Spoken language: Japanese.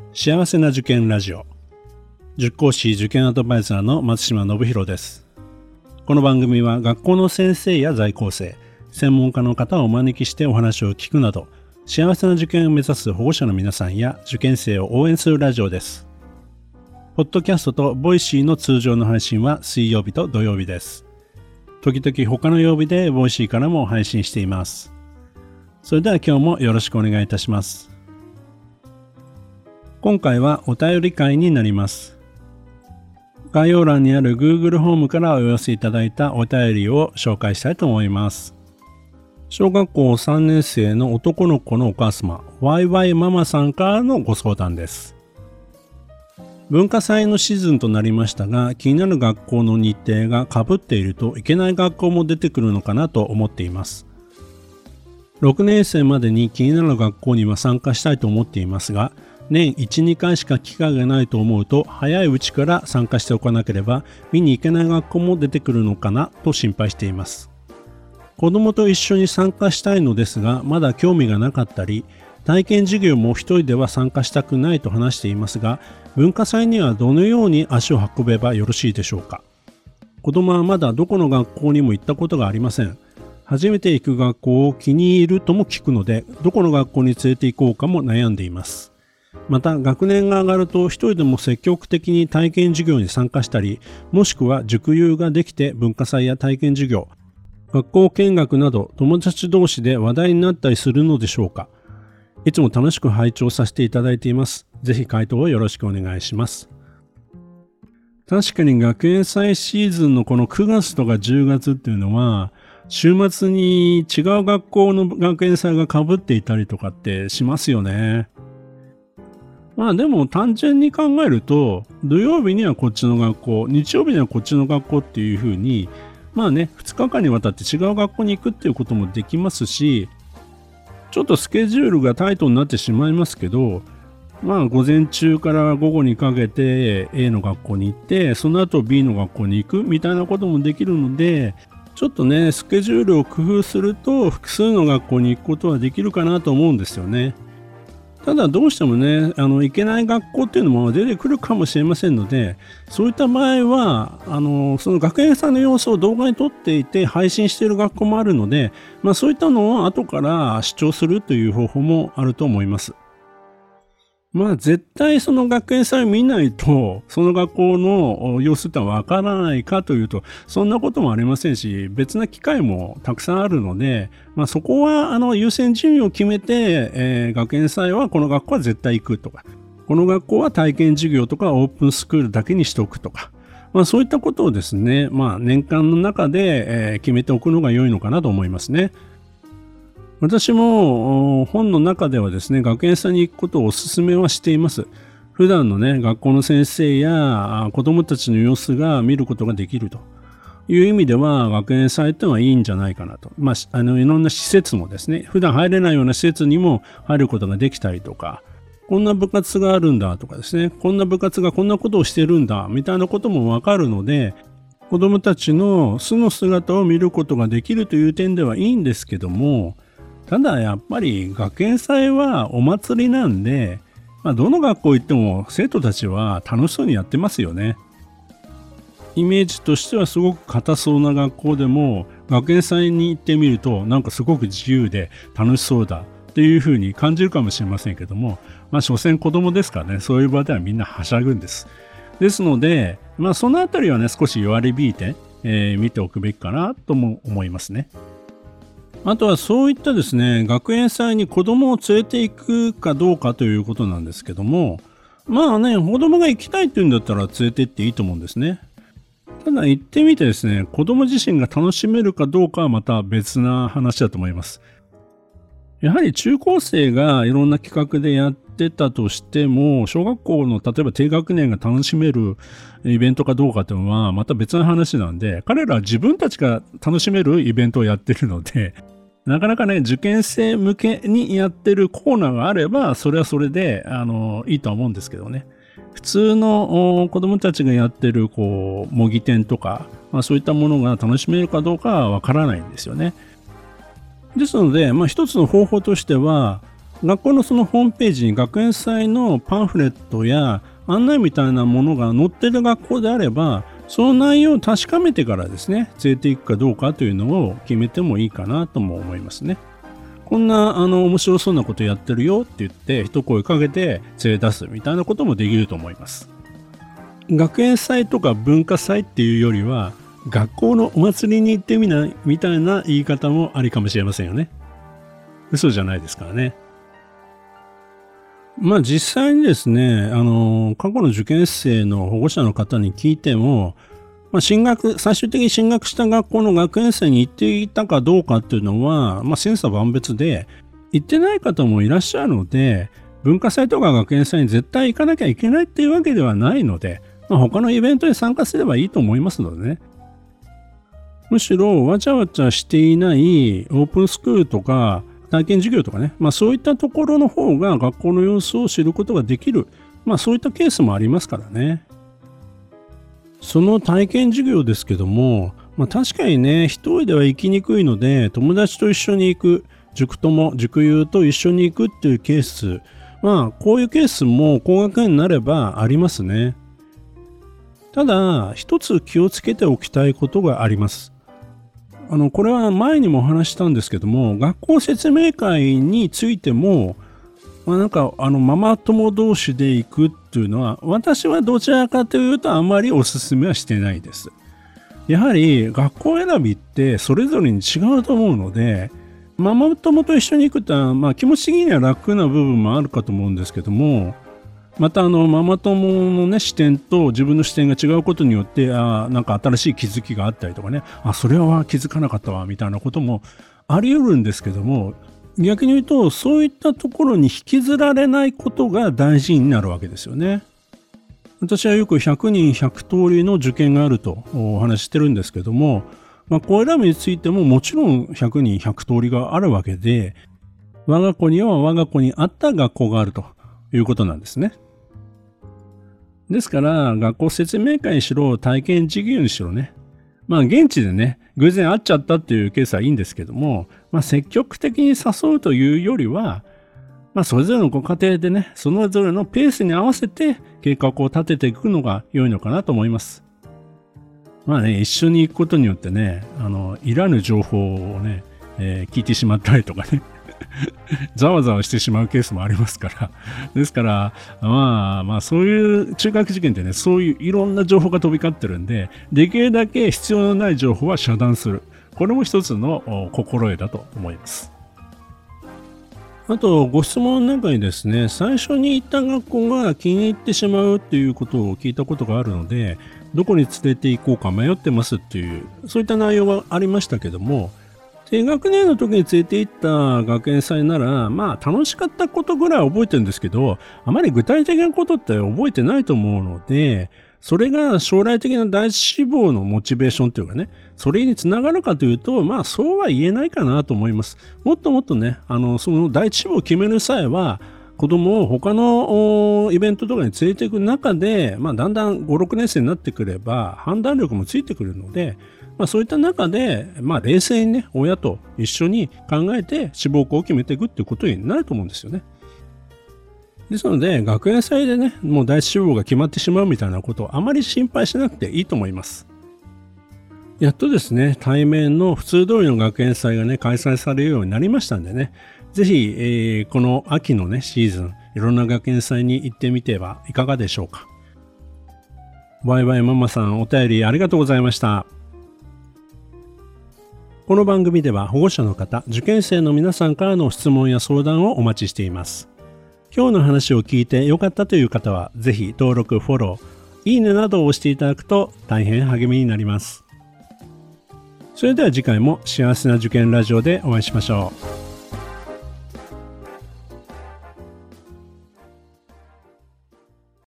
幸せな受験ラジオ、塾講師受験アドバイザーの松島信弘です。この番組は学校の先生や在校生、専門家の方をお招きしてお話を聞くなど、幸せな受験を目指す保護者の皆さんや受験生を応援するラジオです。ポッドキャストとボイシーの通常の配信は水曜日と土曜日です。時々他の曜日でボイシーからも配信しています。それでは今日もよろしくお願いいたします。今回はお便り会になります。概要欄にある Google ホームからお寄せいただいたお便りを紹介したいと思います。小学校3年生の男の子のお母様、ワイワイママさんからのご相談です。文化祭のシーズンとなりましたが、気になる学校の日程が被っているといけない学校も出てくるのかなと思っています。6年生までに気になる学校には参加したいと思っていますが、年 1,2 回しか機会がないと思うと、早いうちから参加しておかなければ見に行けない学校も出てくるのかなと心配しています。子供と一緒に参加したいのですが、まだ興味がなかったり、体験授業も一人では参加したくないと話していますが、文化祭にはどのように足を運べばよろしいでしょうか。子供はまだどこの学校にも行ったことがありません。初めて行く学校を気に入るとも聞くので、どこの学校に連れて行こうかも悩んでいます。また学年が上がると一人でも積極的に体験授業に参加したり、もしくは塾友ができて文化祭や体験授業、学校見学など友達同士で話題になったりするのでしょうか。いつも楽しく拝聴させていただいています。ぜひ回答をよろしくお願いします。確かに学園祭シーズンのこの9月とか10月っていうのは、週末に違う学校の学園祭が被っていたりとかってしますよね。まあでも単純に考えると、土曜日にはこっちの学校、日曜日にはこっちの学校っていう風に、まあね、2日間にわたって違う学校に行くっていうこともできますし、ちょっとスケジュールがタイトになってしまいますけど、まあ午前中から午後にかけて A の学校に行って、その後 B の学校に行くみたいなこともできるので、ちょっとね、スケジュールを工夫すると複数の学校に行くことはできるかなと思うんですよね。ただどうしてもね、行けない学校っていうのも出てくるかもしれませんので、そういった場合は、その学園祭の様子を動画に撮っていて配信している学校もあるので、まあそういったのを後から視聴するという方法もあると思います。まあ絶対その学園祭を見ないと、その学校の様子ってわからないかというと、そんなこともありませんし、別な機会もたくさんあるので、まあそこは優先順位を決めて、学園祭はこの学校は絶対行くとか、この学校は体験授業とかオープンスクールだけにしておくとか、まあそういったことをですね、まあ年間の中で、決めておくのが良いのかなと思いますね。私も本の中ではですね、学園祭に行くことをお勧めはしています。普段のね、学校の先生や子供たちの様子が見ることができるという意味では、学園祭ってのはいいんじゃないかなと。まあ、いろんな施設もですね、普段入れないような施設にも入ることができたりとか、こんな部活があるんだとかですね、こんな部活がこんなことをしてるんだみたいなこともわかるので、子供たちの素の姿を見ることができるという点ではいいんですけども、ただやっぱり学園祭はお祭りなんで、どの学校行っても生徒たちは楽しそうにやってますよね。イメージとしてはすごく硬そうな学校でも、学園祭に行ってみるとなんかすごく自由で楽しそうだっていう風に感じるかもしれませんけども、所詮子供ですからね、そういう場ではみんなはしゃぐんです。ですので、そのあたりはね、少し割り引いて、見ておくべきかなとも思いますね。あとはそういったですね、学園祭に子供を連れて行くかどうかということなんですけども、まあね、子供が行きたいっていうんだったら連れて行っていいと思うんですね。ただ行ってみてですね、子供自身が楽しめるかどうかはまた別な話だと思います。やはり中高生がいろんな企画でやってたとしても、小学校の例えば低学年が楽しめるイベントかどうかというのはまた別の話なんで、彼らは自分たちが楽しめるイベントをやってるので、なかなかね、受験生向けにやってるコーナーがあれば、それはそれで、いいとは思うんですけどね。普通の子供たちがやってる、模擬店とか、そういったものが楽しめるかどうかはわからないんですよね。ですので、一つの方法としては、 学校のそのホームページに学園祭のパンフレットや案内みたいなものが載っている学校であれば、その内容を確かめてからですね、連れて行くかどうかというのを決めてもいいかなとも思いますね。こんな面白そうなことやってるよって言って一声かけて連れ出すみたいなこともできると思います。学園祭とか文化祭っていうよりは、学校のお祭りに行ってみないみたいな言い方もありかもしれませんよね。嘘じゃないですからね。実際にですね、過去の受験生の保護者の方に聞いても、最終的に進学した学校の学園生に行っていたかどうかっていうのは、千差万別で、行ってない方もいらっしゃるので、文化祭とか学園祭に絶対行かなきゃいけないっていうわけではないので、他のイベントに参加すればいいと思いますのでね。むしろわちゃわちゃしていないオープンスクールとか体験授業とかね、そういったところの方が学校の様子を知ることができる、そういったケースもありますからね。その体験授業ですけども、確かにね、一人では行きにくいので、友達と一緒に行く、塾友と一緒に行くっていうケース、こういうケースも高学年になればありますね。ただ、一つ気をつけておきたいことがあります。これは前にもお話したんですけども、学校説明会についても、ママ友同士で行くっていうのは、私はどちらかというとあまりお勧めはしてないです。やはり学校選びってそれぞれに違うと思うので、ママ友と一緒に行くとは、気持ち的には楽な部分もあるかと思うんですけども、またママ友のね、視点と自分の視点が違うことによって、新しい気づきがあったりとかね、それは気づかなかったわ、みたいなこともあり得るんですけども、逆に言うと、そういったところに引きずられないことが大事になるわけですよね。私はよく100人100通りの受験があるとお話ししてるんですけども、これらについてももちろん100人100通りがあるわけで、我が子には我が子に合った学校があるということなんですね。ですから、学校説明会にしろ、体験授業にしろね、現地でね、偶然会っちゃったっていうケースはいいんですけども、積極的に誘うというよりは、それぞれのご家庭でね、それぞれのペースに合わせて計画を立てていくのが良いのかなと思います。一緒に行くことによってね、いらぬ情報をね、聞いてしまったりとかね、ざわざわしてしまうケースもありますから。ですから、そういう中学受験ってね、そういういろんな情報が飛び交ってるんで、できるだけ必要のない情報は遮断する。これも一つの心得だと思います。あと、ご質問の中にですね、最初に行った学校が気に入ってしまうっていうことを聞いたことがあるので、どこに連れて行こうか迷ってますっていう、そういった内容がありましたけども、低学年の時に連れて行った学園祭なら、楽しかったことぐらい覚えてるんですけど、あまり具体的なことって覚えてないと思うので、それが将来的な第一志望のモチベーションというかね、それにつながるかというと、そうは言えないかなと思います。もっともっとね、その第一志望を決める際は、子供を他のイベントとかに連れていく中で、だんだん5、6年生になってくれば、判断力もついてくるので、そういった中で、冷静にね、親と一緒に考えて志望校を決めていくっていうことになると思うんですよね。ですので、学園祭でね、もう第一志望が決まってしまうみたいなことをあまり心配しなくていいと思います。やっとですね、対面の普通通りの学園祭がね、開催されるようになりましたんでね、ぜひ、この秋のね、シーズン、いろんな学園祭に行ってみてはいかがでしょうか。ワイワイママさん、お便りありがとうございました。この番組では保護者の方、受験生の皆さんからの質問や相談をお待ちしています。今日の話を聞いて良かったという方は、ぜひ登録、フォロー、いいねなどを押していただくと大変励みになります。それでは次回も幸せな受験ラジオでお会いしましょう。